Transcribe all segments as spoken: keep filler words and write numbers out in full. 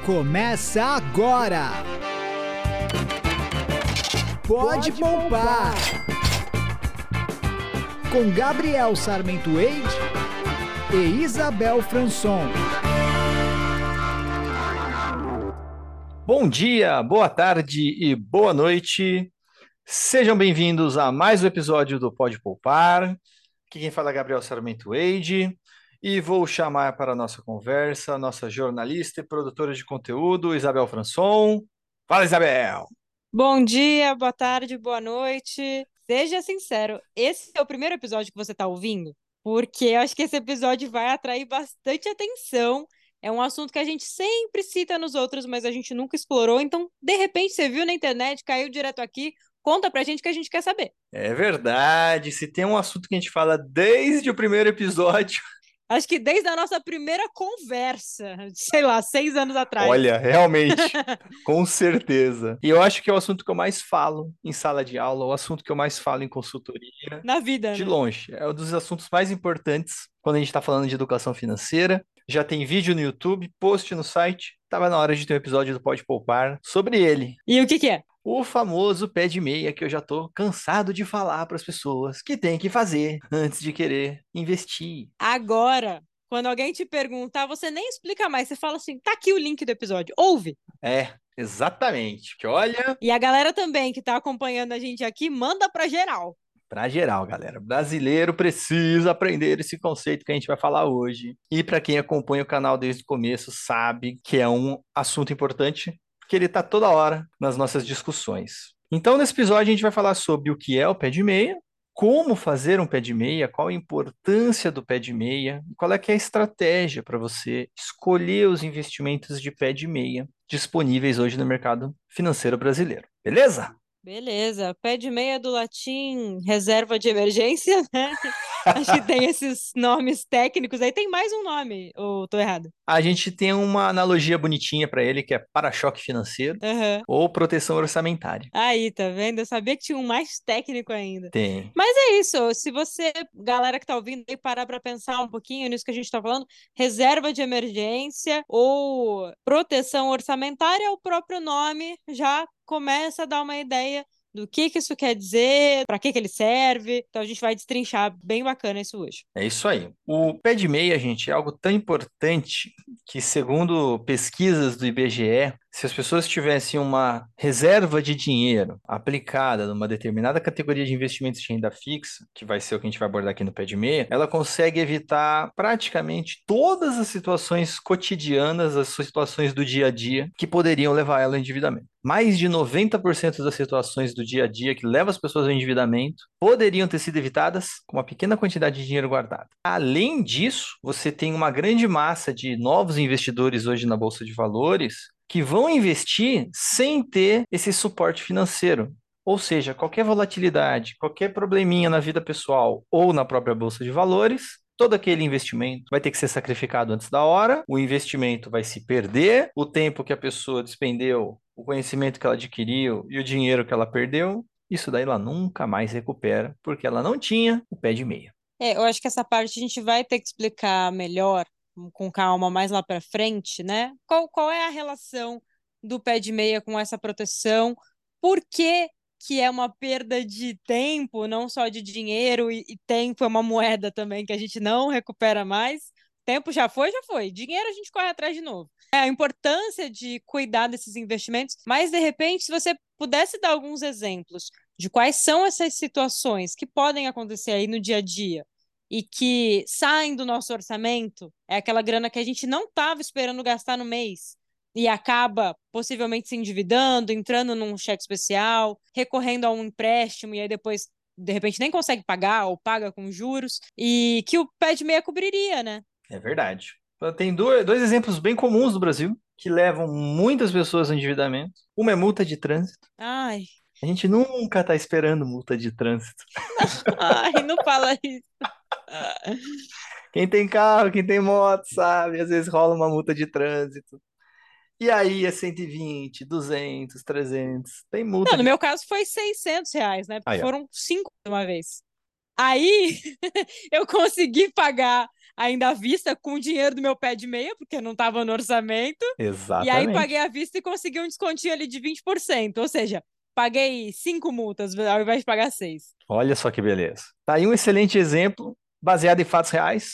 Começa agora! Pode, Pode poupar. poupar! Com Gabriel Sarmento Eide e Isabel Franson. Bom dia, boa tarde e boa noite. Sejam bem-vindos a mais um episódio do Pode Poupar. Aqui quem fala é Gabriel Sarmento Eide. E vou chamar para a nossa conversa a nossa jornalista e produtora de conteúdo, Isabel Franson. Fala, Isabel! Bom dia, boa tarde, boa noite. Seja sincero, esse é o primeiro episódio que você está ouvindo? Porque eu acho que esse episódio vai atrair bastante atenção. É um assunto que a gente sempre cita nos outros, mas a gente nunca explorou. Então, de repente, você viu na internet, caiu direto aqui. Conta pra gente que a gente quer saber. É verdade. Se tem um assunto que a gente fala desde o primeiro episódio... Acho que desde a nossa primeira conversa, sei lá, seis anos atrás. Olha, realmente, com certeza. E eu acho que é o assunto que eu mais falo em sala de aula, o assunto que eu mais falo em consultoria. Na vida, de né? longe. É um dos assuntos mais importantes quando a gente está falando de educação financeira. Já tem vídeo no YouTube, post no site. Tava na hora de ter um episódio do Pode Poupar sobre ele. E o que que é? O famoso pé de meia que eu já tô cansado de falar para as pessoas que tem que fazer antes de querer investir. Agora, quando alguém te perguntar, você nem explica mais. Você fala assim, tá aqui o link do episódio. Ouve. É, exatamente. Que olha... E a galera também que tá acompanhando a gente aqui, manda pra geral. Para geral, galera. Brasileiro precisa aprender esse conceito que a gente vai falar hoje. E para quem acompanha o canal desde o começo, sabe que é um assunto importante, porque ele está toda hora nas nossas discussões. Então, nesse episódio, a gente vai falar sobre o que é o pé de meia, como fazer um pé de meia, qual a importância do pé de meia, qual é que é a estratégia para você escolher os investimentos de pé de meia disponíveis hoje no mercado financeiro brasileiro. Beleza? Beleza. Pé de meia do latim, reserva de emergência, né? Acho que tem esses nomes técnicos aí. Tem mais um nome, ou tô errado? A gente tem uma analogia bonitinha para ele, que é para-choque financeiro Uhum. ou proteção orçamentária. Aí, tá vendo? Eu sabia que tinha um mais técnico ainda. Tem. Mas é isso. Se você, galera que tá ouvindo aí, parar pra pensar um pouquinho nisso que a gente tá falando, reserva de emergência ou proteção orçamentária, o próprio nome já começa a dar uma ideia do que que isso quer dizer, para que que ele serve. Então a gente vai destrinchar bem bacana isso hoje. É isso aí. O pé de meia, gente, é algo tão importante que, segundo pesquisas do I B G E, se as pessoas tivessem uma reserva de dinheiro aplicada numa determinada categoria de investimentos de renda fixa, que vai ser o que a gente vai abordar aqui no pé de meia, ela consegue evitar praticamente todas as situações cotidianas, as situações do dia a dia que poderiam levar ela ao endividamento. Mais de noventa por cento das situações do dia a dia que levam as pessoas ao endividamento poderiam ter sido evitadas com uma pequena quantidade de dinheiro guardado. Além disso, você tem uma grande massa de novos investidores hoje na Bolsa de Valores que vão investir sem ter esse suporte financeiro. Ou seja, qualquer volatilidade, qualquer probleminha na vida pessoal ou na própria Bolsa de Valores, todo aquele investimento vai ter que ser sacrificado antes da hora, o investimento vai se perder, o tempo que a pessoa despendeu, o conhecimento que ela adquiriu e o dinheiro que ela perdeu, isso daí ela nunca mais recupera, porque ela não tinha o pé de meia. É, eu acho que essa parte a gente vai ter que explicar melhor, com calma, mais lá para frente, né? Qual, qual é a relação do pé de meia com essa proteção? Por que que é uma perda de tempo, não só de dinheiro, e, e tempo é uma moeda também que a gente não recupera mais? Tempo já foi, já foi. Dinheiro a gente corre atrás de novo. É a importância de cuidar desses investimentos, mas de repente, se você pudesse dar alguns exemplos de quais são essas situações que podem acontecer aí no dia a dia e que saem do nosso orçamento, é aquela grana que a gente não estava esperando gastar no mês e acaba possivelmente se endividando, entrando num cheque especial, recorrendo a um empréstimo e aí depois, de repente, nem consegue pagar ou paga com juros, e que o pé de meia cobriria, né? É verdade. Tem dois, dois exemplos bem comuns do Brasil que levam muitas pessoas ao endividamento. Uma é multa de trânsito. Ai. A gente nunca tá esperando multa de trânsito. Ai, não fala isso. Quem tem carro, quem tem moto, sabe? Às vezes rola uma multa de trânsito. E aí é cento e vinte, duzentos, trezentos. Tem multa Não, no de... meu caso foi seiscentos reais, né? Porque Aí, ó. foram cinco de uma vez. Aí eu consegui pagar ainda à vista com o dinheiro do meu pé de meia, porque não estava no orçamento. E aí paguei Exatamente. à vista e consegui um descontinho ali de vinte por cento. Ou seja, paguei cinco multas ao invés de pagar seis. Olha só que beleza. Tá aí um excelente exemplo, baseado em fatos reais.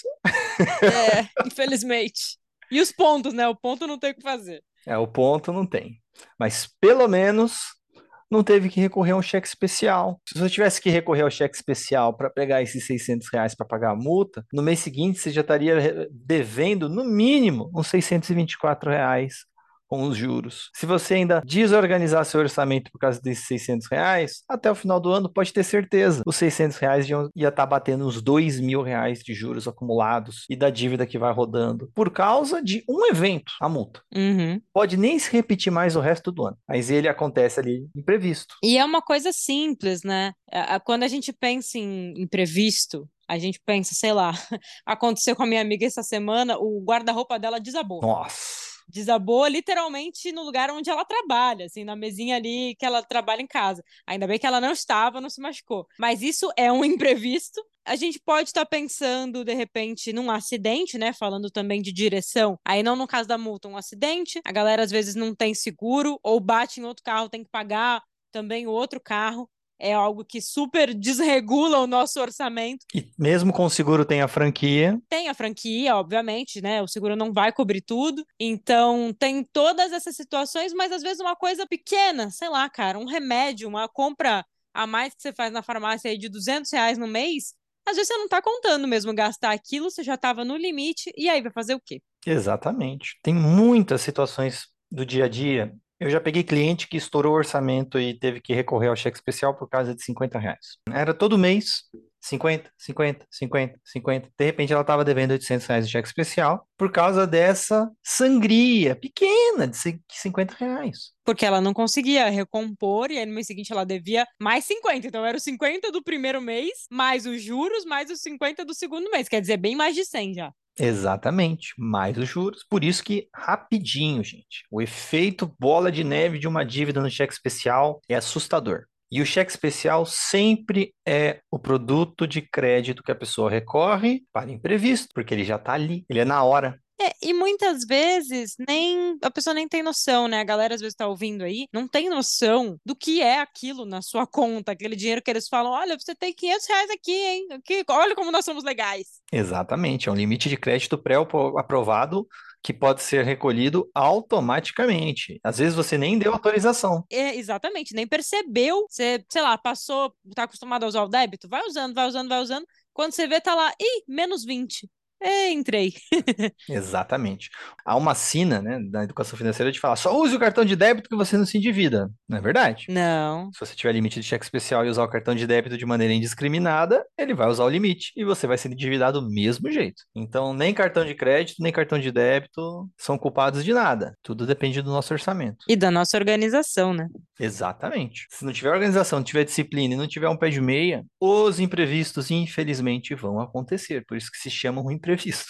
É, infelizmente. E os pontos, né? O ponto não tem o que fazer. É, o ponto não tem. Mas pelo menos não teve que recorrer a um cheque especial. Se você tivesse que recorrer ao cheque especial para pegar esses seiscentos reais para pagar a multa, no mês seguinte você já estaria re- devendo, no mínimo, uns seiscentos e vinte e quatro reais com os juros. Se você ainda desorganizar seu orçamento por causa desses seiscentos reais, até o final do ano, pode ter certeza, os seiscentos reais iam- ia estar batendo uns dois mil reais de juros acumulados e da dívida que vai rodando por causa de um evento, a multa. Uhum. Pode nem se repetir mais o resto do ano, mas ele acontece ali imprevisto. E é uma coisa simples, né? A- a- Quando a gente pensa em imprevisto, a gente pensa, sei lá, aconteceu com a minha amiga essa semana, o guarda-roupa dela desabou. Nossa, Desabou literalmente no lugar onde ela trabalha, assim, na mesinha ali que ela trabalha em casa. Ainda bem que ela não estava, não se machucou. Mas isso é um imprevisto. A gente pode estar pensando, de repente, num acidente, né? Falando também de direção. Aí, não no caso da multa, um acidente. A galera às vezes não tem seguro, ou bate em outro carro, tem que pagar também o outro carro. É algo que super desregula o nosso orçamento. e mesmo com o seguro tem a franquia, Tem a franquia, obviamente, né? O seguro não vai cobrir tudo. Então, tem todas essas situações, mas às vezes uma coisa pequena, sei lá, cara, um remédio, uma compra a mais que você faz na farmácia aí de duzentos reais no mês, às vezes você não tá contando mesmo gastar aquilo, você já tava no limite, e aí vai fazer o quê? exatamente. Tem muitas situações do dia a dia. Eu já peguei cliente que estourou o orçamento e teve que recorrer ao cheque especial por causa de cinquenta reais. Era todo mês, cinquenta, cinquenta, cinquenta, cinquenta. De repente ela estava devendo oitocentos reais de cheque especial por causa dessa sangria pequena de cinquenta reais. Porque ela não conseguia recompor, e aí no mês seguinte ela devia mais cinquenta. Então era os cinquenta do primeiro mês, mais os juros, mais os cinquenta do segundo mês. Quer dizer, bem mais de cem já. Exatamente, mais os juros. Por isso que, rapidinho, gente, o efeito bola de neve de uma dívida no cheque especial é assustador. E o cheque especial sempre é o produto de crédito que a pessoa recorre para imprevisto, porque ele já está ali, ele é na hora. É, e muitas vezes nem a pessoa nem tem noção, né? A galera às vezes tá ouvindo aí, não tem noção do que é aquilo na sua conta, aquele dinheiro que eles falam, olha, você tem quinhentos reais aqui, hein? Aqui, olha como nós somos legais. Exatamente, é um limite de crédito pré-aprovado que pode ser recolhido automaticamente. Às vezes você nem deu autorização. É, exatamente, nem percebeu. Você, sei lá, passou, tá acostumado a usar o débito? Vai usando, vai usando, vai usando. Quando você vê, tá lá, ih, menos vinte. É, entrei. Exatamente. Há uma sina, né, da educação financeira de falar, só use o cartão de débito que você não se endivida. Não é verdade? Não. Se você tiver limite de cheque especial e usar o cartão de débito de maneira indiscriminada, ele vai usar o limite e você vai se endividar do mesmo jeito. Então, nem cartão de crédito, nem cartão de débito são culpados de nada. Tudo depende do nosso orçamento. E da nossa organização, né? Exatamente. Se não tiver organização, não tiver disciplina e não tiver um pé de meia, os imprevistos, infelizmente, vão acontecer. Por isso que se chamam imprevistos.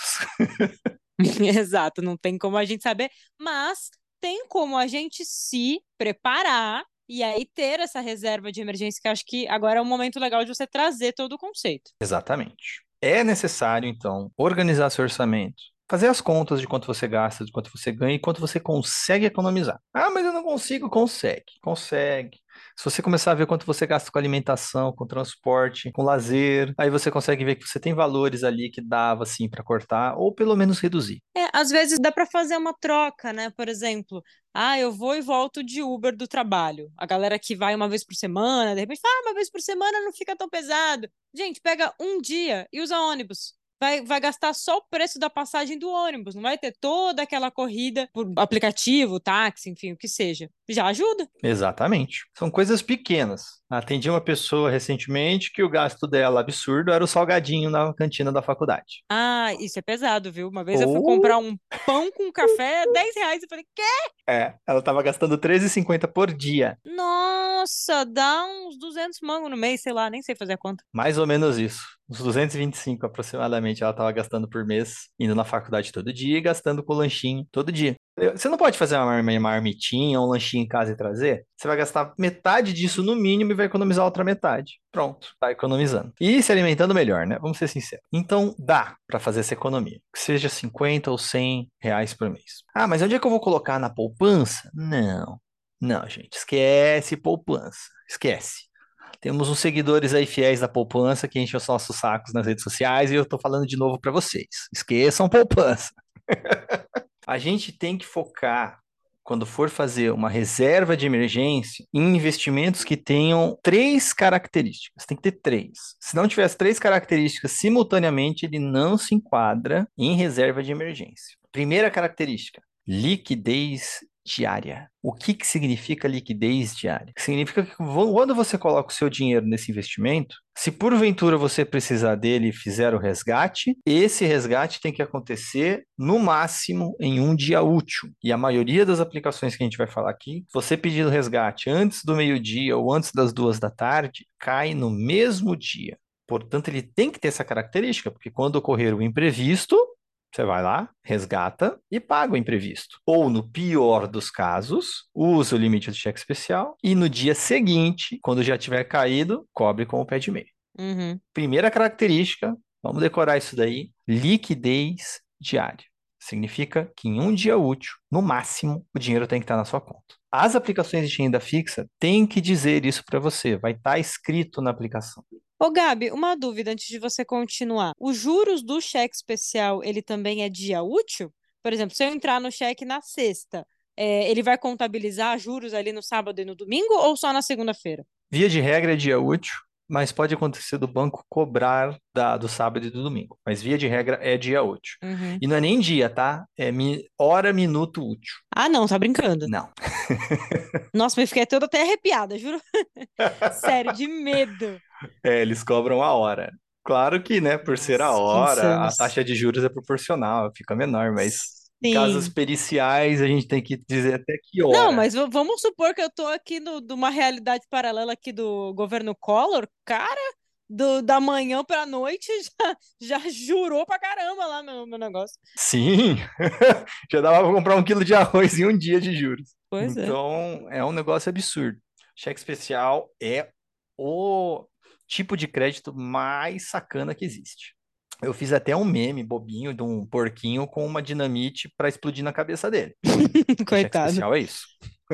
Exato, não tem como a gente saber, mas tem como a gente se preparar e aí ter essa reserva de emergência, que eu acho que agora é um momento legal de você trazer todo o conceito. Exatamente. É necessário, então, organizar seu orçamento, fazer as contas de quanto você gasta, de quanto você ganha e quanto você consegue economizar. Ah, mas eu não consigo. Consegue, consegue. Se você começar a ver quanto você gasta com alimentação, com transporte, com lazer, aí você consegue ver que você tem valores ali que dava assim para cortar ou pelo menos reduzir. É, às vezes dá para fazer uma troca, né? Por exemplo, ah, eu vou e volto de Uber do trabalho. A galera que vai uma vez por semana, de repente, fala, ah, uma vez por semana não fica tão pesado. Gente, pega um dia e usa ônibus. Vai, vai gastar só o preço da passagem do ônibus, não vai ter toda aquela corrida por aplicativo, táxi, enfim, o que seja. Já ajuda. Exatamente. São coisas pequenas. Atendi uma pessoa recentemente que o gasto dela absurdo era o salgadinho na cantina da faculdade. Ah, isso é pesado, viu? Uma vez eu fui Ou comprar um pão com café, dez reais, e falei, quê? é, ela estava gastando treze e cinquenta por dia. Nossa, dá uns duzentos mangos no mês, sei lá, nem sei fazer a conta. Mais ou menos isso. Uns duzentos e vinte e cinco aproximadamente ela estava gastando por mês, indo na faculdade todo dia e gastando com o lanchinho todo dia. Você não pode fazer uma mar- uma marmitinha, um lanchinho em casa e trazer? Você vai gastar metade disso no mínimo e vai economizar a outra metade. Pronto, tá economizando. E se alimentando melhor, né? Vamos ser sinceros. Então, dá para fazer essa economia. Que seja cinquenta ou cem reais por mês. Ah, mas onde é que eu vou colocar na poupança? Não. Não, gente. Esquece poupança. Esquece. Temos uns seguidores aí fiéis da poupança que enchem os nossos sacos nas redes sociais e eu tô falando de novo para vocês. Esqueçam poupança. A gente tem que focar, quando for fazer uma reserva de emergência, em investimentos que tenham três características. Tem que ter três. Se não tiver as três características simultaneamente, ele não se enquadra em reserva de emergência. Primeira característica: liquidez diária. O que que significa liquidez diária? Significa que vo- quando você coloca o seu dinheiro nesse investimento, se porventura você precisar dele e fizer o resgate, esse resgate tem que acontecer no máximo em um dia útil. E a maioria das aplicações que a gente vai falar aqui, você pedir o resgate antes do meio-dia ou antes das duas da tarde, cai no mesmo dia. Portanto, ele tem que ter essa característica, porque quando ocorrer o imprevisto, você vai lá, resgata e paga o imprevisto. Ou, no pior dos casos, usa o limite do cheque especial e no dia seguinte, quando já tiver caído, cobre com o pé de meia. Uhum. Primeira característica, vamos decorar isso daí: liquidez diária. Significa que em um dia útil, no máximo, o dinheiro tem que estar na sua conta. As aplicações de renda fixa têm que dizer isso para você, vai estar escrito na aplicação. Ô, Gabi, uma dúvida antes de você continuar. Os juros do cheque especial, ele também é dia útil? Por exemplo, se eu entrar no cheque na sexta, é, ele vai contabilizar juros ali no sábado e no domingo ou só na segunda-feira? Via de regra é dia útil, mas pode acontecer do banco cobrar da- do sábado e do domingo. Mas via de regra é dia útil. Uhum. E não é nem dia, tá? É mi- hora, minuto útil. Ah, não, tá brincando. Não. Nossa, me fiquei toda até arrepiada, juro. Sério, de medo. É, eles cobram a hora. Claro que, né, por ser a Nossa, que hora, a insanos. taxa de juros é proporcional, fica menor, mas em casos Sim. periciais a gente tem que dizer até que Não, hora. mas v- vamos supor que eu tô aqui no, numa realidade paralela aqui do governo Collor, cara, do, da manhã pra noite já, já jurou pra caramba lá meu, meu negócio. Sim, já dava para comprar um quilo de arroz em um dia de juros. Pois é. Então, é um negócio absurdo. Cheque especial é o tipo de crédito mais sacana que existe. Eu fiz até um meme bobinho de um porquinho com uma dinamite para explodir na cabeça dele. Porque cheque Coitado. especial é isso.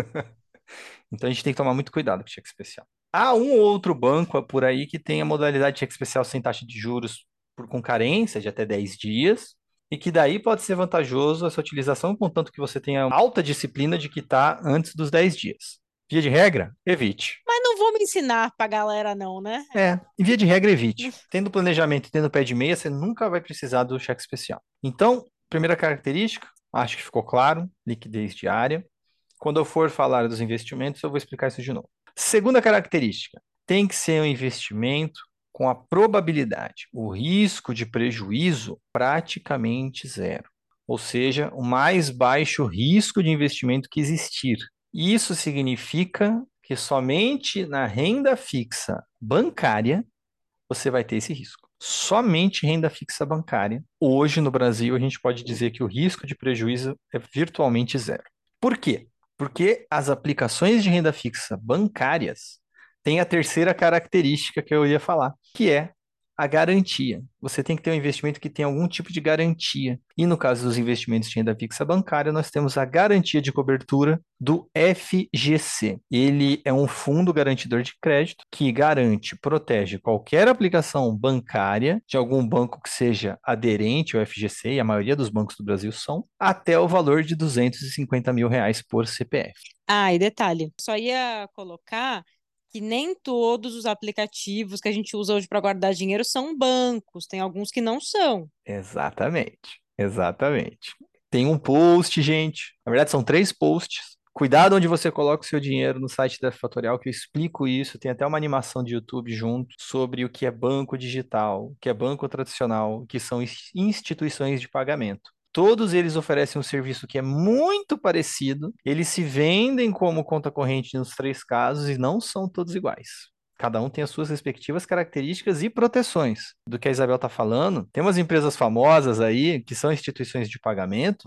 Então a gente tem que tomar muito cuidado com cheque especial. Há um ou outro banco por aí que tem a modalidade de cheque especial sem taxa de juros por, com carência de até dez dias, e que daí pode ser vantajoso essa utilização, contanto que você tenha alta disciplina de quitar antes dos dez dias. Via de regra, evite. Mas não vou me ensinar pra galera, não, né? É, em via de regra, evite. Tendo planejamento e tendo pé de meia, você nunca vai precisar do cheque especial. Então, primeira característica, acho que ficou claro, liquidez diária. Quando eu for falar dos investimentos, eu vou explicar isso de novo. Segunda característica, tem que ser um investimento com a probabilidade, o risco de prejuízo praticamente zero. Ou seja, o mais baixo risco de investimento que existir. Isso significa que somente na renda fixa bancária você vai ter esse risco. Somente renda fixa bancária. Hoje no Brasil, a gente pode dizer que o risco de prejuízo é virtualmente zero. Por quê? Porque as aplicações de renda fixa bancárias têm a terceira característica que eu ia falar, que é a garantia. Você tem que ter um investimento que tem algum tipo de garantia. E no caso dos investimentos de renda fixa bancária, nós temos a garantia de cobertura do F G C. Ele é um fundo garantidor de crédito que garante, protege qualquer aplicação bancária de algum banco que seja aderente ao F G C, e a maioria dos bancos do Brasil são, até o valor de duzentos e cinquenta mil reais por C P F. Ah, e detalhe, só ia colocar que nem todos os aplicativos que a gente usa hoje para guardar dinheiro são bancos, tem alguns que não são. Exatamente, exatamente. Tem um post, gente. Na verdade, são três posts. Cuidado onde você coloca o seu dinheiro no site da Fatorial, que eu explico isso. Tem até uma animação de YouTube junto sobre o que é banco digital, o que é banco tradicional, o que são ins- instituições de pagamento. Todos eles oferecem um serviço que é muito parecido. Eles se vendem como conta corrente nos três casos e não são todos iguais. Cada um tem as suas respectivas características e proteções. Do que a Isabel está falando, tem umas empresas famosas aí que são instituições de pagamento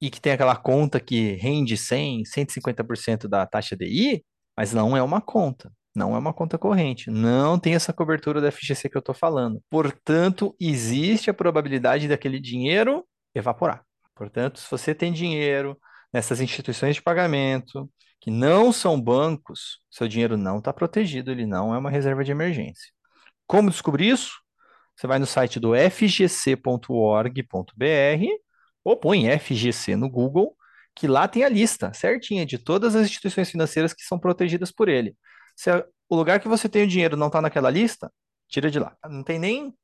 e que tem aquela conta que rende cem, cento e cinquenta por cento da taxa D I, mas não é uma conta. Não é uma conta corrente. Não tem essa cobertura da F G C que eu estou falando. Portanto, existe a probabilidade daquele dinheiro evaporar. Portanto, se você tem dinheiro nessas instituições de pagamento que não são bancos, seu dinheiro não está protegido, ele não é uma reserva de emergência. Como descobrir isso? Você vai no site do f g c ponto org ponto b r ou põe F G C no Google, que lá tem a lista certinha de todas as instituições financeiras que são protegidas por ele. Se o lugar que você tem o dinheiro não está naquela lista, tira de lá. Não tem nem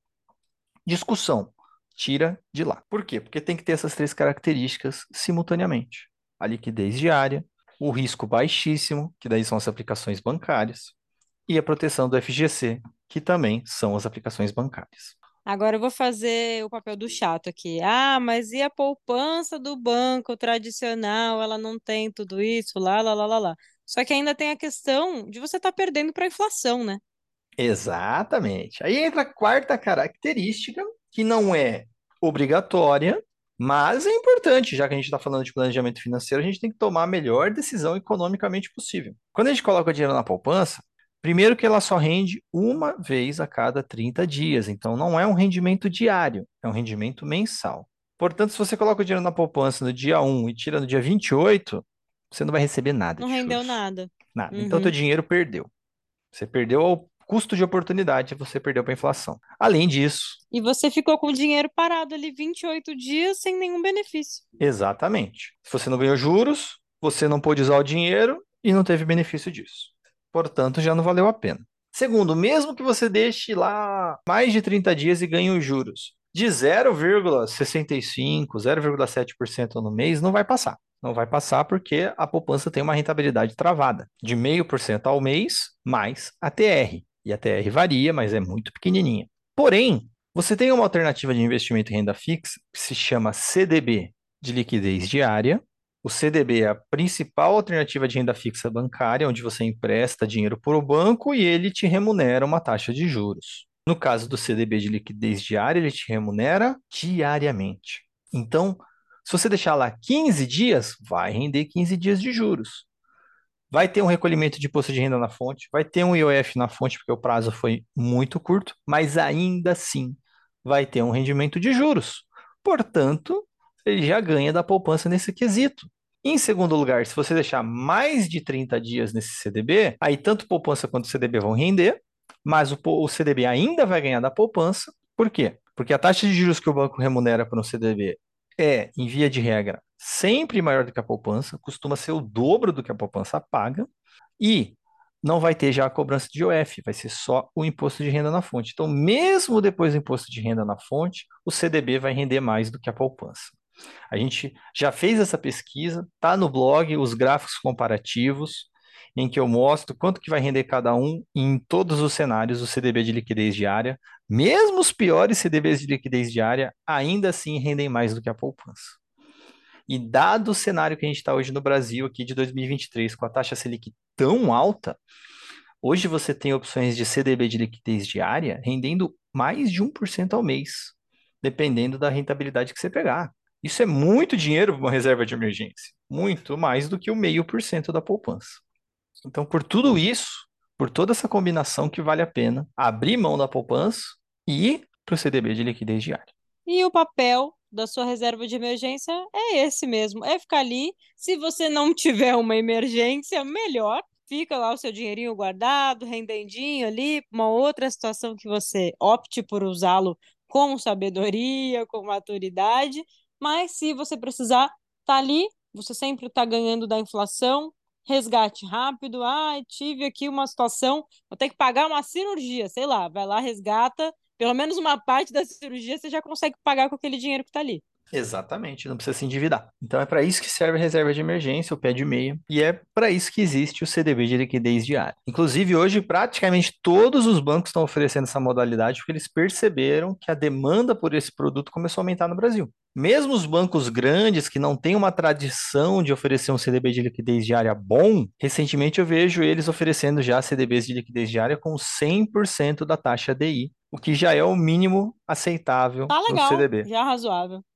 discussão. Tira de lá. Por quê? Porque tem que ter essas três características simultaneamente. A liquidez diária, o risco baixíssimo, que daí são as aplicações bancárias, e a proteção do F G C, que também são as aplicações bancárias. Agora eu vou fazer o papel do chato aqui. Ah, mas e a poupança do banco tradicional? Ela não tem tudo isso, lá, lá, lá, lá, lá. Só que ainda tem a questão de você estar perdendo para a inflação, né? Exatamente. Aí entra a quarta característica, que não é obrigatória, mas é importante, já que a gente está falando de planejamento financeiro, a gente tem que tomar a melhor decisão economicamente possível. Quando a gente coloca o dinheiro na poupança, primeiro que ela só rende uma vez a cada trinta dias, então não é um rendimento diário, é um rendimento mensal. Portanto, se você coloca o dinheiro na poupança no dia um e tira no dia vinte e oito, você não vai receber nada Não de rendeu juros. nada. Nada. Então, teu Uhum. dinheiro perdeu. Você perdeu o custo de oportunidade, você perdeu para a inflação. Além disso, E você ficou com o dinheiro parado ali vinte e oito dias sem nenhum benefício. exatamente. Se você não ganhou juros, você não pôde usar o dinheiro e não teve benefício disso. Portanto, já não valeu a pena. Segundo, mesmo que você deixe lá mais de trinta dias e ganhe os juros de zero vírgula sessenta e cinco, zero vírgula sete por cento no mês, não vai passar. Não vai passar porque a poupança tem uma rentabilidade travada de zero vírgula cinco por cento ao mês mais a T R. E a T R varia, mas é muito pequenininha. Porém, você tem uma alternativa de investimento em renda fixa que se chama C D B, de liquidez diária. O C D B é a principal alternativa de renda fixa bancária, onde você empresta dinheiro para o banco e ele te remunera uma taxa de juros. No caso do C D B de liquidez diária, ele te remunera diariamente. Então, se você deixar lá quinze dias, vai render quinze dias de juros. Vai ter um recolhimento de imposto de renda na fonte, vai ter um I O F na fonte, porque o prazo foi muito curto, mas ainda assim vai ter um rendimento de juros. Portanto, ele já ganha da poupança nesse quesito. Em segundo lugar, se você deixar mais de trinta dias nesse C D B, aí tanto poupança quanto C D B vão render, mas o, o C D B ainda vai ganhar da poupança. Por quê? Porque a taxa de juros que o banco remunera para um C D B é, em via de regra, sempre maior do que a poupança, costuma ser o dobro do que a poupança paga, e não vai ter já a cobrança de I O F, vai ser só o imposto de renda na fonte. Então, mesmo depois do imposto de renda na fonte, o C D B vai render mais do que a poupança. A gente já fez essa pesquisa, tá no blog, os gráficos comparativos, em que eu mostro quanto que vai render cada um em todos os cenários do C D B de liquidez diária. Mesmo os piores C D Bs de liquidez diária, ainda assim rendem mais do que a poupança. E dado o cenário que a gente está hoje no Brasil, aqui de dois mil e vinte e três, com a taxa Selic tão alta, hoje você tem opções de C D B de liquidez diária rendendo mais de um por cento ao mês, dependendo da rentabilidade que você pegar. Isso é muito dinheiro para uma reserva de emergência, muito mais do que o meio por cento da poupança. Então, por tudo isso, por toda essa combinação que vale a pena abrir mão da poupança e ir para o C D B de liquidez diária. E o papel da sua reserva de emergência é esse mesmo, é ficar ali. Se você não tiver uma emergência, melhor. Fica lá o seu dinheirinho guardado, rendendinho ali, uma outra situação que você opte por usá-lo com sabedoria, com maturidade. Mas se você precisar, tá ali, você sempre está ganhando da inflação. Resgate rápido. Ah, tive aqui uma situação, vou ter que pagar uma cirurgia, sei lá, vai lá, resgata. Pelo menos uma parte da cirurgia você já consegue pagar com aquele dinheiro que está ali. Exatamente, não precisa se endividar. Então é para isso que serve a reserva de emergência, o pé de meia, e é para isso que existe o C D B de liquidez diária. Inclusive, hoje, praticamente todos os bancos estão oferecendo essa modalidade porque eles perceberam que a demanda por esse produto começou a aumentar no Brasil. Mesmo os bancos grandes que não têm uma tradição de oferecer um C D B de liquidez diária bom, recentemente eu vejo eles oferecendo já C D Bs de liquidez diária com cem por cento da taxa D I, o que já é o mínimo aceitável Tá no legal, C D B. já razoável.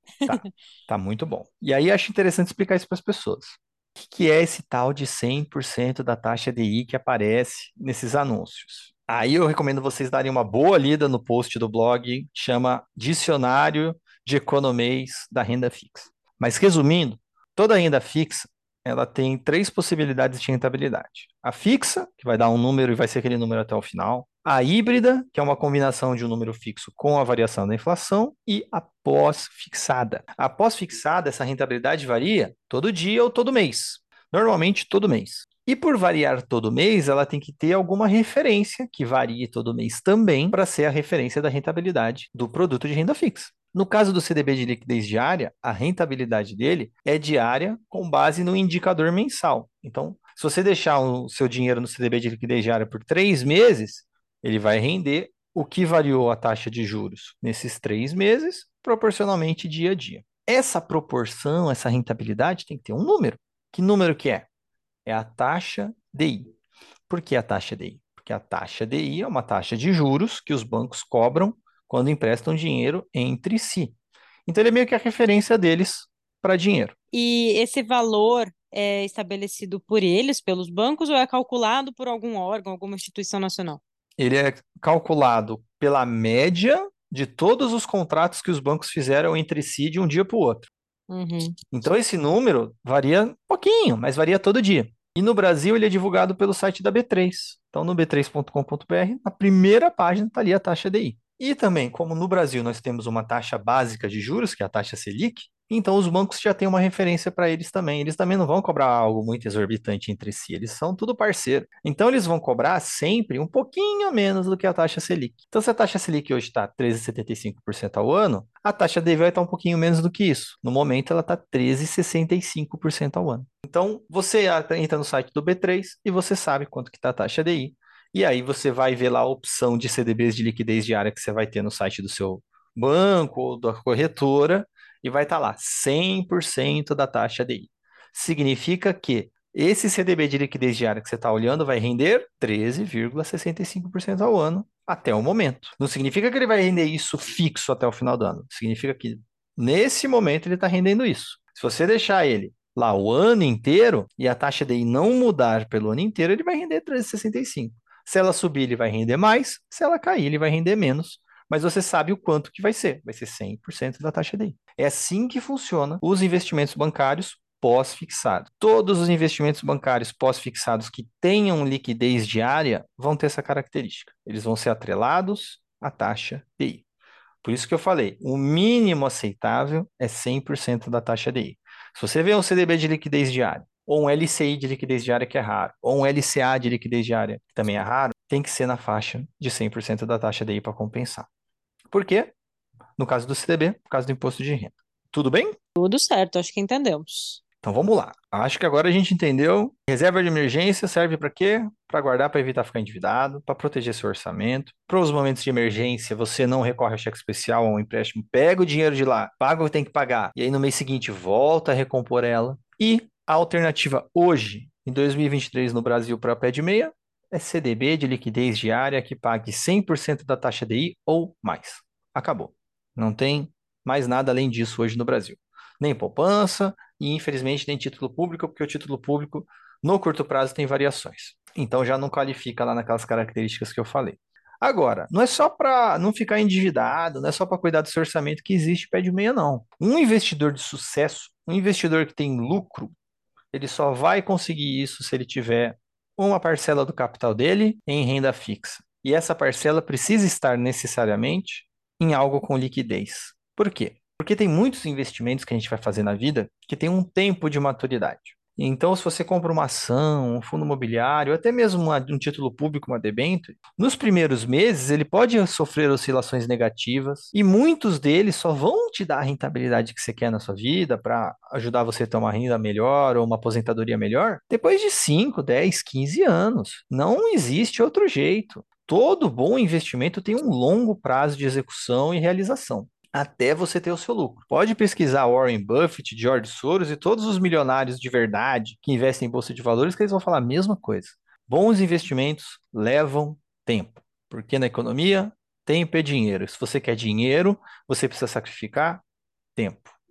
Tá, tá muito bom. E aí acho interessante explicar isso para as pessoas. O que que é esse tal de cem por cento da taxa D I que aparece nesses anúncios? Aí eu recomendo vocês darem uma boa lida no post do blog, chama Dicionário de Economês da Renda Fixa. Mas resumindo, toda renda fixa, ela tem três possibilidades de rentabilidade. A fixa, que vai dar um número e vai ser aquele número até o final. A híbrida, que é uma combinação de um número fixo com a variação da inflação. E a pós-fixada. A pós-fixada, essa rentabilidade varia todo dia ou todo mês. Normalmente todo mês. E por variar todo mês, ela tem que ter alguma referência que varie todo mês também para ser a referência da rentabilidade do produto de renda fixa. No caso do C D B de liquidez diária, a rentabilidade dele é diária com base no indicador mensal. Então, se você deixar o seu dinheiro no C D B de liquidez diária por três meses, ele vai render o que variou a taxa de juros nesses três meses, proporcionalmente dia a dia. Essa proporção, essa rentabilidade tem que ter um número. Que número que é? É a taxa D I. Por que a taxa D I? Porque a taxa D I é uma taxa de juros que os bancos cobram quando emprestam dinheiro entre si. Então, ele é meio que a referência deles para dinheiro. E esse valor é estabelecido por eles, pelos bancos, ou é calculado por algum órgão, alguma instituição nacional? Ele é calculado pela média de todos os contratos que os bancos fizeram entre si de um dia para o outro. Uhum. Então, esse número varia um pouquinho, mas varia todo dia. E no Brasil, ele é divulgado pelo site da B três. Então, no b três ponto com ponto b r, na primeira página está ali a taxa D I. E também, como no Brasil nós temos uma taxa básica de juros, que é a taxa Selic, então os bancos já têm uma referência para eles também. Eles também não vão cobrar algo muito exorbitante entre si, eles são tudo parceiro. Então eles vão cobrar sempre um pouquinho menos do que a taxa Selic. Então se a taxa Selic hoje está treze vírgula setenta e cinco por cento ao ano, a taxa D I vai estar um pouquinho menos do que isso. No momento ela está treze vírgula sessenta e cinco por cento ao ano. Então você entra no site do B três e você sabe quanto que está a taxa D I. E aí você vai ver lá a opção de C D Bs de liquidez diária que você vai ter no site do seu banco ou da corretora e vai estar lá cem por cento da taxa D I. Significa que esse C D B de liquidez diária que você está olhando vai render treze vírgula sessenta e cinco por cento ao ano até o momento. Não significa que ele vai render isso fixo até o final do ano. Significa que nesse momento ele está rendendo isso. Se você deixar ele lá o ano inteiro e a taxa D I não mudar pelo ano inteiro, ele vai render treze vírgula sessenta e cinco. Se ela subir, ele vai render mais. Se ela cair, ele vai render menos. Mas você sabe o quanto que vai ser. Vai ser cem por cento da taxa D I. É assim que funciona os investimentos bancários pós-fixados. Todos os investimentos bancários pós-fixados que tenham liquidez diária vão ter essa característica. Eles vão ser atrelados à taxa D I. Por isso que eu falei, o mínimo aceitável é cem por cento da taxa D I. Se você vê um C D B de liquidez diária, ou um L C I de liquidez diária que é raro, ou um L C A de liquidez diária que também é raro, tem que ser na faixa de cem por cento da taxa D I para compensar. Por quê? No caso do C D B, por causa do imposto de renda. Tudo bem? Tudo certo, acho que entendemos. Então vamos lá. Acho que agora a gente entendeu. Reserva de emergência serve para quê? Para guardar, para evitar ficar endividado, para proteger seu orçamento. Para os momentos de emergência, você não recorre ao cheque especial ou ao empréstimo, pega o dinheiro de lá, paga o que tem que pagar, e aí no mês seguinte volta a recompor ela. E a alternativa hoje, em dois mil e vinte e três no Brasil para pé de meia, é C D B de liquidez diária que pague cem por cento da taxa D I ou mais. Acabou. Não tem mais nada além disso hoje no Brasil. Nem poupança e, infelizmente, nem título público, porque o título público, no curto prazo, tem variações. Então, já não qualifica lá naquelas características que eu falei. Agora, não é só para não ficar endividado, não é só para cuidar do seu orçamento que existe pé de meia, não. Um investidor de sucesso, um investidor que tem lucro, ele só vai conseguir isso se ele tiver uma parcela do capital dele em renda fixa. E essa parcela precisa estar necessariamente em algo com liquidez. Por quê? Porque tem muitos investimentos que a gente vai fazer na vida que tem um tempo de maturidade. Então, se você compra uma ação, um fundo imobiliário, até mesmo uma- um título público, uma debênture, nos primeiros meses ele pode sofrer oscilações negativas e muitos deles só vão te dar a rentabilidade que você quer na sua vida para ajudar você a ter uma renda melhor ou uma aposentadoria melhor depois de cinco, dez, quinze anos. Não existe outro jeito. Todo bom investimento tem um longo prazo de execução e realização até você ter o seu lucro. Pode pesquisar Warren Buffett, George Soros e todos os milionários de verdade que investem em bolsa de valores, que eles vão falar a mesma coisa. Bons investimentos levam tempo, porque na economia, tempo é dinheiro. Se você quer dinheiro, você precisa sacrificar tempo.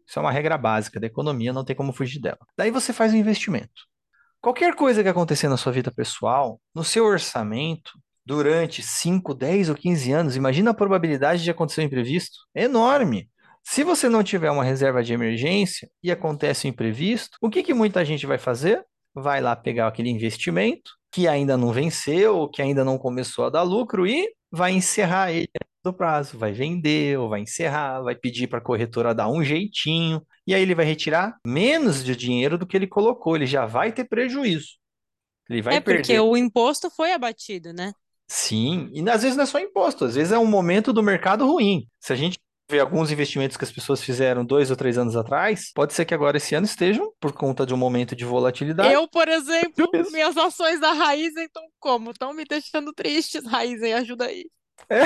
Isso é uma regra básica da economia, não tem como fugir dela. Daí você faz um investimento. Qualquer coisa que acontecer na sua vida pessoal, no seu orçamento, durante cinco, dez ou quinze anos, imagina a probabilidade de acontecer um imprevisto? É enorme. Se você não tiver uma reserva de emergência e acontece um imprevisto, o que que muita gente vai fazer? Vai lá pegar aquele investimento que ainda não venceu, que ainda não começou a dar lucro e vai encerrar ele do prazo, vai vender ou vai encerrar, vai pedir para a corretora dar um jeitinho, e aí ele vai retirar menos de dinheiro do que ele colocou, ele já vai ter prejuízo. Ele vai É porque perder. o imposto foi abatido, né? Sim, e às vezes não é só imposto, às vezes é um momento do mercado ruim. Se a gente vê alguns investimentos que as pessoas fizeram dois ou três anos atrás, pode ser que agora esse ano estejam, por conta de um momento de volatilidade. Eu, por exemplo, Isso. minhas ações da Raizen estão como? Estão me deixando tristes, Raizen, ajuda aí. É.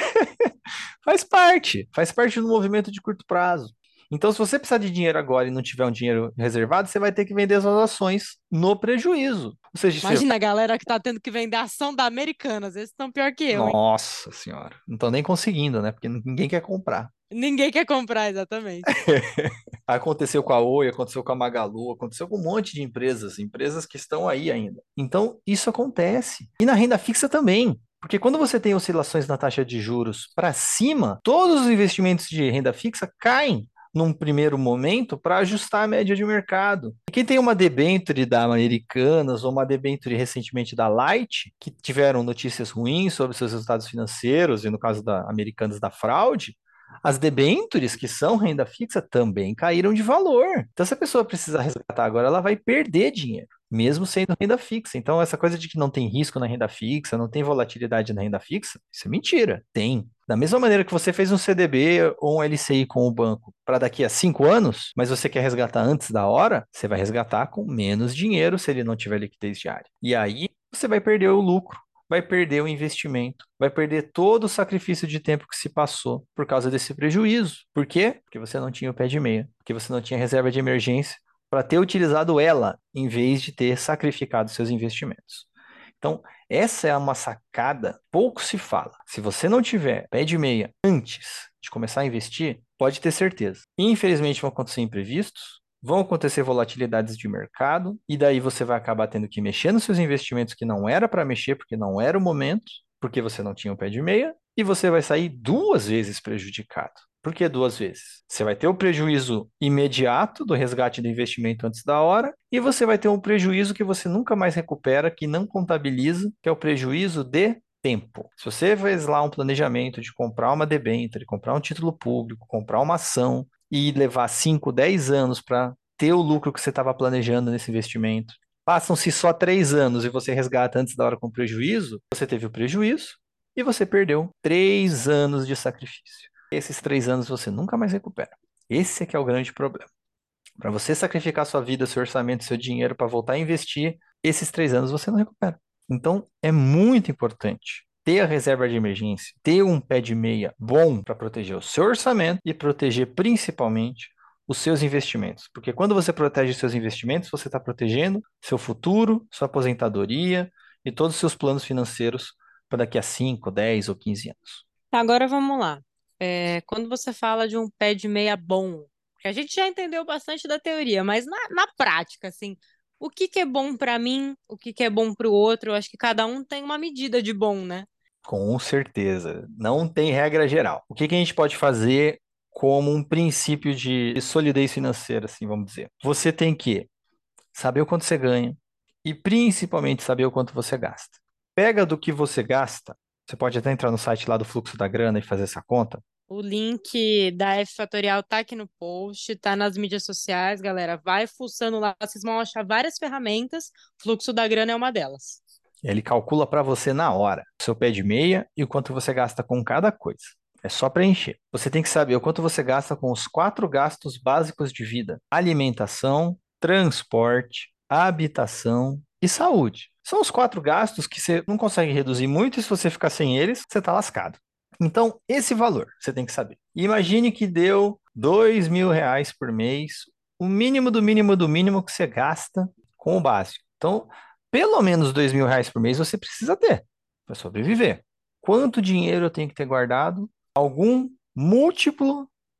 Faz parte, faz parte do movimento de curto prazo. Então, se você precisar de dinheiro agora e não tiver um dinheiro reservado, você vai ter que vender suas ações no prejuízo. Ou seja, você... Imagina a galera que tá tendo que vender ação da Americanas. Esses estão pior que eu, hein? Nossa senhora, não estão nem conseguindo, né? Porque ninguém quer comprar. Ninguém quer comprar, exatamente. Aconteceu com a Oi, aconteceu com a Magalu, aconteceu com um monte de empresas, empresas que estão aí ainda. Então, isso acontece. E na renda fixa também. Porque quando você tem oscilações na taxa de juros para cima, todos os investimentos de renda fixa caem num primeiro momento para ajustar a média de mercado. E quem tem uma debênture da Americanas ou uma debênture recentemente da Light, que tiveram notícias ruins sobre seus resultados financeiros, e no caso da Americanas da fraude, as debêntures, que são renda fixa, também caíram de valor. Então, se a pessoa precisar resgatar agora, ela vai perder dinheiro, mesmo sendo renda fixa. Então, essa coisa de que não tem risco na renda fixa, não tem volatilidade na renda fixa, isso é mentira. Tem. Da mesma maneira que você fez um C D B ou um L C I com o banco para daqui a cinco anos, mas você quer resgatar antes da hora, você vai resgatar com menos dinheiro se ele não tiver liquidez diária. E aí você vai perder o lucro, vai perder o investimento, vai perder todo o sacrifício de tempo que se passou por causa desse prejuízo. Por quê? Porque você não tinha o pé de meia, porque você não tinha reserva de emergência para ter utilizado ela em vez de ter sacrificado seus investimentos. Então, essa é uma sacada, pouco se fala. Se você não tiver pé de meia antes de começar a investir, pode ter certeza. Infelizmente vão acontecer imprevistos, vão acontecer volatilidades de mercado, e daí você vai acabar tendo que mexer nos seus investimentos que não era para mexer, porque não era o momento, porque você não tinha o pé de meia, e você vai sair duas vezes prejudicado. Por que duas vezes? Você vai ter o prejuízo imediato do resgate do investimento antes da hora, e você vai ter um prejuízo que você nunca mais recupera, que não contabiliza, que é o prejuízo de tempo. Se você fez lá um planejamento de comprar uma debênture, comprar um título público, comprar uma ação e levar cinco, dez anos para ter o lucro que você estava planejando nesse investimento, passam-se só três anos e você resgata antes da hora com prejuízo, você teve o prejuízo e você perdeu três anos de sacrifício. Esses três anos você nunca mais recupera. Esse é que é o grande problema. Para você sacrificar sua vida, seu orçamento, seu dinheiro para voltar a investir, esses três anos você não recupera. Então, é muito importante ter a reserva de emergência, ter um pé de meia bom para proteger o seu orçamento e proteger principalmente os seus investimentos. Porque quando você protege seus investimentos, você está protegendo seu futuro, sua aposentadoria e todos os seus planos financeiros para daqui a cinco, dez ou quinze anos. Agora vamos lá. É, quando você fala de um pé de meia bom, porque a gente já entendeu bastante da teoria, mas na, na prática, assim, o que que é bom para mim, o que que é bom para o outro, eu acho que cada um tem uma medida de bom, né? Com certeza. Não tem regra geral. O que que a gente pode fazer como um princípio de solidez financeira, assim, vamos dizer? Você tem que saber o quanto você ganha e principalmente saber o quanto você gasta. Pega do que você gasta. Você pode até entrar no site lá do Fluxo da Grana e fazer essa conta. O link da F Fatorial tá aqui no post, tá nas mídias sociais, galera. Vai fuçando lá, vocês vão achar várias ferramentas. Fluxo da grana é uma delas. Ele calcula para você na hora o seu pé de meia e o quanto você gasta com cada coisa. É só preencher. Você tem que saber o quanto você gasta com os quatro gastos básicos de vida: alimentação, transporte, habitação e saúde. São os quatro gastos que você não consegue reduzir muito, e se você ficar sem eles, você está lascado. Então, esse valor você tem que saber. Imagine que deu dois mil reais por mês, o mínimo do mínimo do mínimo que você gasta com o básico. Então, pelo menos dois mil reais por mês você precisa ter para sobreviver. Quanto dinheiro eu tenho que ter guardado? Algum múltiplo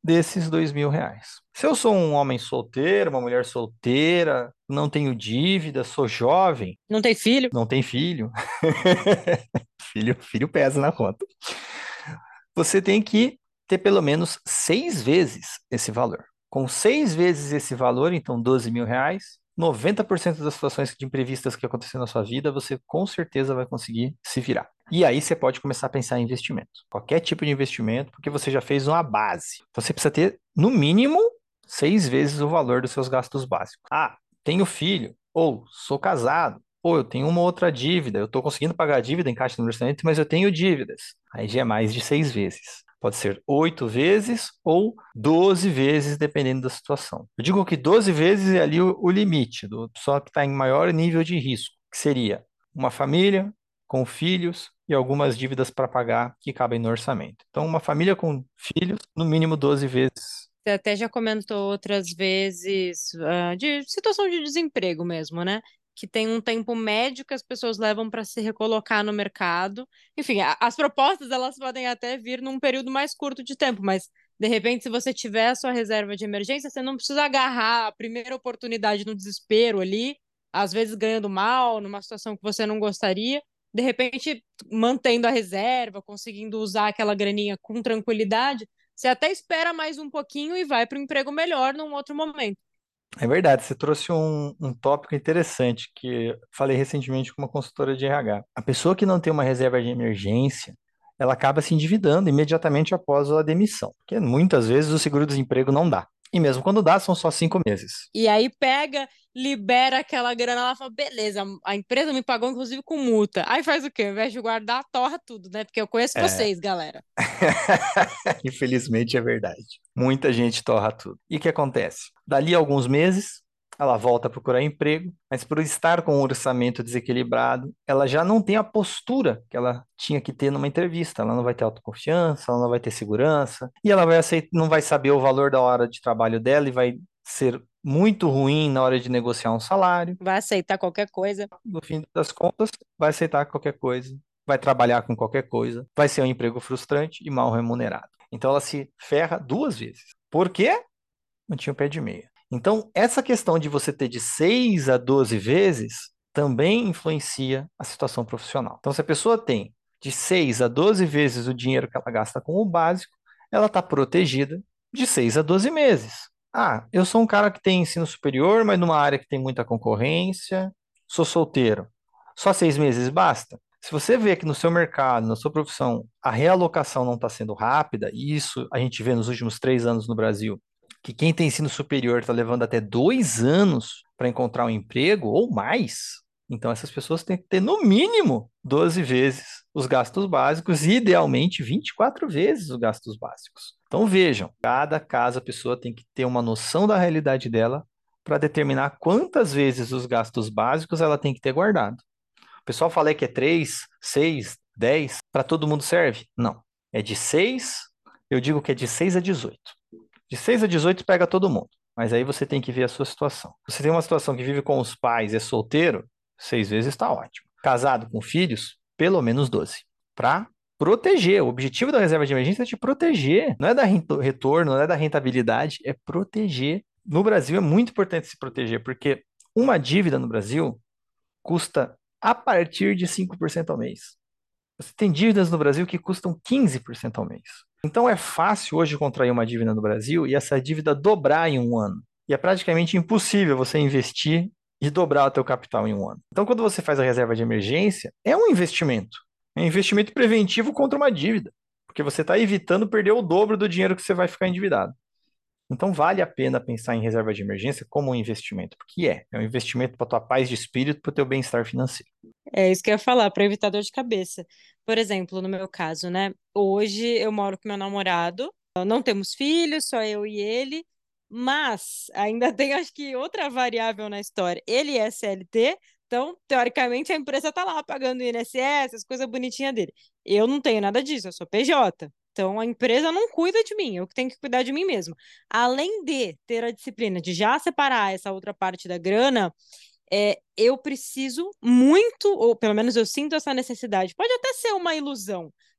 desses dois mil reais. Se eu sou um homem solteiro, uma mulher solteira, não tenho dívida, sou jovem, Não tem filho? não tenho filho, filho, filho pesa na conta. Você tem que ter pelo menos seis vezes esse valor. Com seis vezes esse valor, então doze mil reais, noventa por cento das situações de imprevistas que aconteceram na sua vida, você com certeza vai conseguir se virar. E aí você pode começar a pensar em investimento. Qualquer tipo de investimento, porque você já fez uma base. Então você precisa ter, no mínimo, seis vezes o valor dos seus gastos básicos. Ah, tenho filho, ou sou casado, ou eu tenho uma outra dívida, eu estou conseguindo pagar a dívida em caixa de orçamento, mas eu tenho dívidas. Aí já é mais de seis vezes. Pode ser oito vezes ou doze vezes, dependendo da situação. Eu digo que doze vezes é ali o, o limite, do pessoal que está em maior nível de risco, que seria uma família com filhos e algumas dívidas para pagar que cabem no orçamento. Então, uma família com filhos, no mínimo doze vezes. Você até já comentou outras vezes, ah, de situação de desemprego mesmo, né? Que tem um tempo médio que as pessoas levam para se recolocar no mercado. Enfim, a- as propostas elas podem até vir num período mais curto de tempo, mas de repente, se você tiver a sua reserva de emergência, você não precisa agarrar a primeira oportunidade no desespero ali, às vezes ganhando mal, numa situação que você não gostaria. De repente, mantendo a reserva, conseguindo usar aquela graninha com tranquilidade, você até espera mais um pouquinho e vai para um emprego melhor num outro momento. É verdade, você trouxe um, um tópico interessante que eu falei recentemente com uma consultora de R H. A pessoa que não tem uma reserva de emergência, ela acaba se endividando imediatamente após a demissão, porque muitas vezes o seguro-desemprego não dá. E mesmo quando dá, são só cinco meses. E aí pega, libera aquela grana lá e fala, beleza, a empresa me pagou inclusive com multa. Aí faz o quê? Ao invés de guardar, torra tudo, né? Porque eu conheço É. vocês, galera. Infelizmente é verdade. Muita gente torra tudo. E o que acontece? Dali a alguns meses, ela volta a procurar emprego, mas por estar com o orçamento desequilibrado, ela já não tem a postura que ela tinha que ter numa entrevista. Ela não vai ter autoconfiança, ela não vai ter segurança, e ela vai aceitar, não vai saber o valor da hora de trabalho dela e vai ser muito ruim na hora de negociar um salário. Vai aceitar qualquer coisa. No fim das contas, vai aceitar qualquer coisa, vai trabalhar com qualquer coisa, vai ser um emprego frustrante e mal remunerado. Então ela se ferra duas vezes. Por quê? Não tinha o pé de meia. Então, essa questão de você ter de seis a doze vezes também influencia a situação profissional. Então, se a pessoa tem de seis a doze vezes o dinheiro que ela gasta com o básico, ela está protegida de seis a doze meses. Ah, eu sou um cara que tem ensino superior, mas numa área que tem muita concorrência, sou solteiro. Só seis meses basta? Se você vê que no seu mercado, na sua profissão, a realocação não está sendo rápida, e isso a gente vê nos últimos três anos no Brasil, que quem tem ensino superior está levando até dois anos para encontrar um emprego ou mais. Então, essas pessoas têm que ter, no mínimo, doze vezes os gastos básicos e, idealmente, vinte e quatro vezes os gastos básicos. Então, vejam, cada caso a pessoa tem que ter uma noção da realidade dela para determinar quantas vezes os gastos básicos ela tem que ter guardado. O pessoal fala que é três, seis, dez, para todo mundo serve? Não. É de seis, eu digo que é de seis a dezoito. De seis a dezoito pega todo mundo, mas aí você tem que ver a sua situação. Você tem uma situação que vive com os pais, é solteiro, seis vezes está ótimo. Casado com filhos, pelo menos doze. Para proteger. O objetivo da reserva de emergência é te proteger. Não é dar retorno, não é dar rentabilidade, é proteger. No Brasil é muito importante se proteger, porque uma dívida no Brasil custa a partir de cinco por cento ao mês. Você tem dívidas no Brasil que custam quinze por cento ao mês. Então é fácil hoje contrair uma dívida no Brasil e essa dívida dobrar em um ano. E é praticamente impossível você investir e dobrar o teu capital em um ano. Então quando você faz a reserva de emergência, é um investimento. É um investimento preventivo contra uma dívida. Porque você está evitando perder o dobro do dinheiro que você vai ficar endividado. Então vale a pena pensar em reserva de emergência como um investimento, porque é, é um investimento para tua paz de espírito, para o teu bem-estar financeiro. É isso que eu ia falar, para evitar dor de cabeça. Por exemplo, no meu caso, né? Hoje eu moro com meu namorado, não temos filhos, só eu e ele, mas ainda tem, acho que, outra variável na história. Ele é C L T, então, teoricamente, a empresa tá lá pagando o I N S S, as coisas bonitinhas dele. Eu não tenho nada disso, eu sou P J. Então, a empresa não cuida de mim, eu que tenho que cuidar de mim mesmo. Além de ter a disciplina de já separar essa outra parte da grana, é, eu preciso muito, ou pelo menos eu sinto essa necessidade. Pode até ser uma ilusão,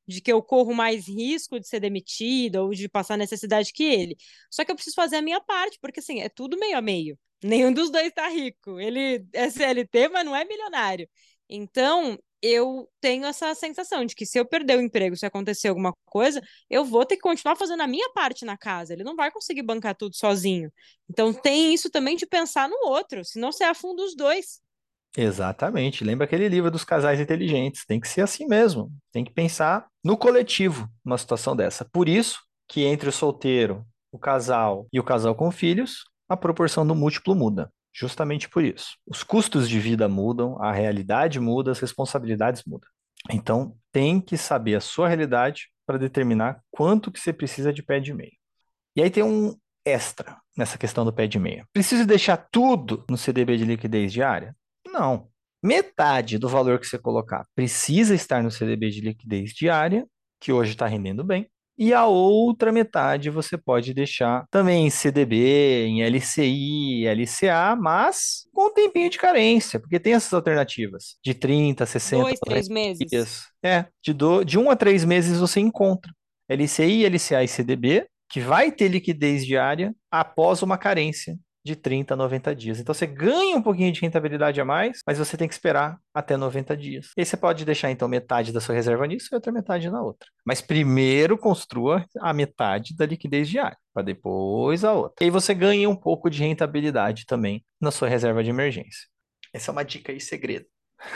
de que eu corro mais risco de ser demitida ou de passar necessidade que ele. Só que eu preciso fazer a minha parte, porque assim, é tudo meio a meio. Nenhum dos dois tá rico. Ele é C L T, mas não é milionário. Então, eu tenho essa sensação de que se eu perder o emprego, se acontecer alguma coisa, eu vou ter que continuar fazendo a minha parte na casa. Ele não vai conseguir bancar tudo sozinho. Então, tem isso também de pensar no outro, senão você afunda os dois. Exatamente. Lembra aquele livro dos casais inteligentes? Tem que ser assim mesmo. Tem que pensar no coletivo numa situação dessa. Por isso que entre o solteiro, o casal e o casal com filhos, a proporção do múltiplo muda. Justamente por isso. Os custos de vida mudam, a realidade muda, as responsabilidades mudam. Então, tem que saber a sua realidade para determinar quanto que você precisa de pé de meia. E aí tem um extra nessa questão do pé de meia. Preciso deixar tudo no C D B de liquidez diária? Não. Metade do valor que você colocar precisa estar no C D B de liquidez diária, que hoje está rendendo bem, e a outra metade você pode deixar também em C D B, em L C I, L C A, mas com um tempinho de carência, porque tem essas alternativas de trinta, sessenta, Dois, três noventa meses. dias. É, de, do, de um a três meses você encontra L C I, L C A e C D B, que vai ter liquidez diária após uma carência de trinta a noventa dias. Então você ganha um pouquinho de rentabilidade a mais, mas você tem que esperar até noventa dias. E aí você pode deixar então metade da sua reserva nisso e outra metade na outra. Mas primeiro construa a metade da liquidez diária, para depois a outra. E aí você ganha um pouco de rentabilidade também na sua reserva de emergência. Essa é uma dica aí segredo.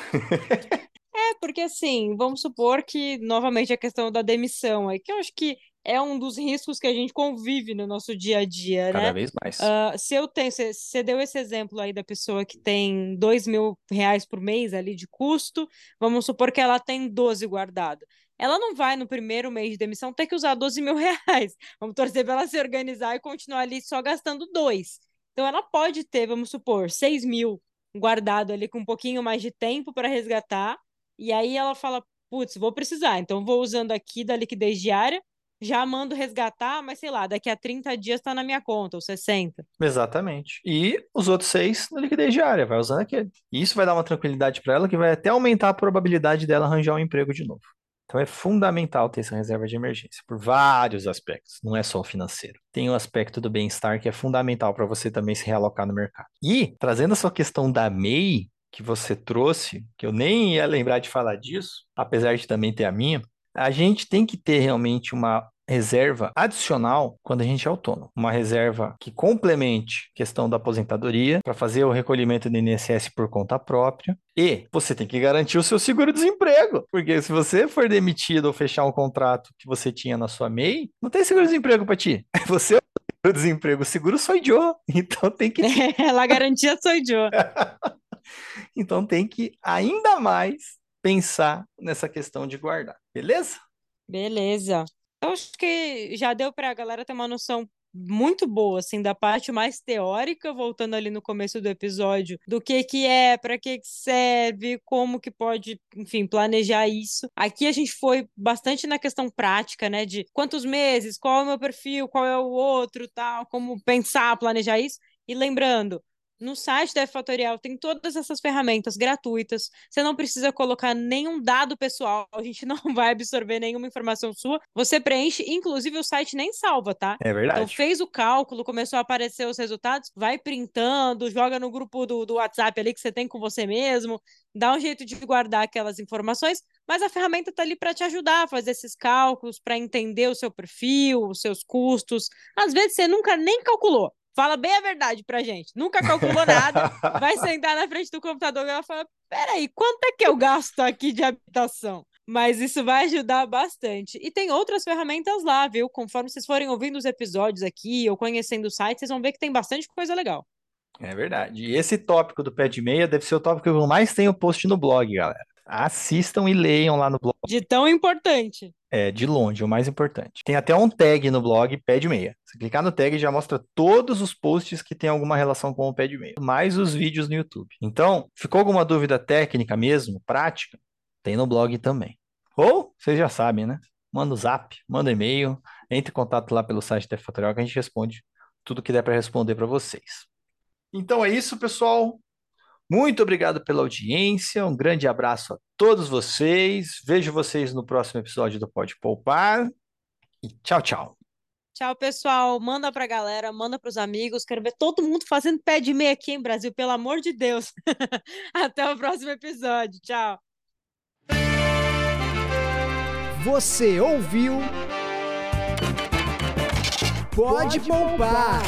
É, porque assim, vamos supor que, novamente, a questão da demissão aí, que eu acho que é um dos riscos que a gente convive no nosso dia a dia, Cada né? vez mais. Ah, se eu tenho, você você deu esse exemplo aí da pessoa que tem dois mil reais por mês ali de custo, vamos supor que ela tem doze guardado. Ela não vai no primeiro mês de demissão ter que usar doze mil reais. Vamos torcer para ela se organizar e continuar ali só gastando dois. Então ela pode ter, vamos supor, seis mil guardado ali com um pouquinho mais de tempo para resgatar e aí ela fala, putz, vou precisar, então vou usando aqui da liquidez diária, já mando resgatar, mas sei lá, daqui a trinta dias está na minha conta, ou sessenta. Exatamente. E os outros seis na liquidez diária, vai usando aquele. E isso vai dar uma tranquilidade para ela que vai até aumentar a probabilidade dela arranjar um emprego de novo. Então é fundamental ter essa reserva de emergência, por vários aspectos, não é só o financeiro. Tem o aspecto do bem-estar que é fundamental para você também se realocar no mercado. E, trazendo a sua questão da M E I, que você trouxe, que eu nem ia lembrar de falar disso, apesar de também ter a minha, a gente tem que ter realmente uma reserva adicional quando a gente é autônomo. Uma reserva que complemente a questão da aposentadoria para fazer o recolhimento do I N S S por conta própria. E você tem que garantir o seu seguro-desemprego, porque se você for demitido ou fechar um contrato que você tinha na sua M E I, não tem seguro-desemprego para ti. Você é o seguro-desemprego, o seguro sou eu. Então tem que ter. Ela garantia sou eu. Então tem que ainda mais pensar nessa questão de guardar, beleza? Beleza. Eu acho que já deu para a galera ter uma noção muito boa, assim, da parte mais teórica, voltando ali no começo do episódio, do que que é, para que que serve, como que pode, enfim, planejar isso. Aqui a gente foi bastante na questão prática, né, de quantos meses, qual é o meu perfil, qual é o outro, tal, como pensar, planejar isso. E lembrando, no site da F Fatorial tem todas essas ferramentas gratuitas. Você não precisa colocar nenhum dado pessoal, a gente não vai absorver nenhuma informação sua. Você preenche, inclusive o site nem salva, tá? É Então verdade. fez o cálculo, começou a aparecer os resultados, vai printando, joga no grupo do, do WhatsApp ali que você tem com você mesmo, dá um jeito de guardar aquelas informações, mas a ferramenta está ali para te ajudar a fazer esses cálculos, para entender o seu perfil, os seus custos. Às vezes você nunca nem calculou. Fala bem a verdade pra gente. Nunca calculou nada, vai sentar na frente do computador e vai falar: peraí, quanto é que eu gasto aqui de habitação? Mas isso vai ajudar bastante. E tem outras ferramentas lá, viu? Conforme vocês forem ouvindo os episódios aqui ou conhecendo o site, vocês vão ver que tem bastante coisa legal. É verdade. E esse tópico do pé de meia deve ser o tópico que eu mais tenho post no blog, galera. Assistam e leiam lá no blog. De tão importante. É, de longe, o mais importante. Tem até um tag no blog, pé de meia. Se clicar no tag, já mostra todos os posts que tem alguma relação com o pé de meia, mais os vídeos no YouTube. Então, ficou alguma dúvida técnica mesmo, prática? Tem no blog também. Ou, vocês já sabem, né? Manda o zap, manda e-mail, entre em contato lá pelo site da Fatorial que a gente responde tudo que der para responder para vocês. Então é isso, pessoal. Muito obrigado pela audiência, um grande abraço a todos vocês. Vejo vocês no próximo episódio do Pode Poupar. E tchau, tchau. Tchau, pessoal. Manda pra galera, manda pros amigos. Quero ver todo mundo fazendo pé de meia aqui em Brasil, pelo amor de Deus. Até o próximo episódio. Tchau. Você ouviu? Pode Poupar.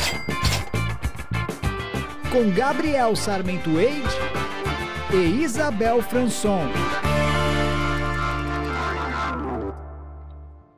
Com Gabriel Sarmento Eide e Isabel Franson.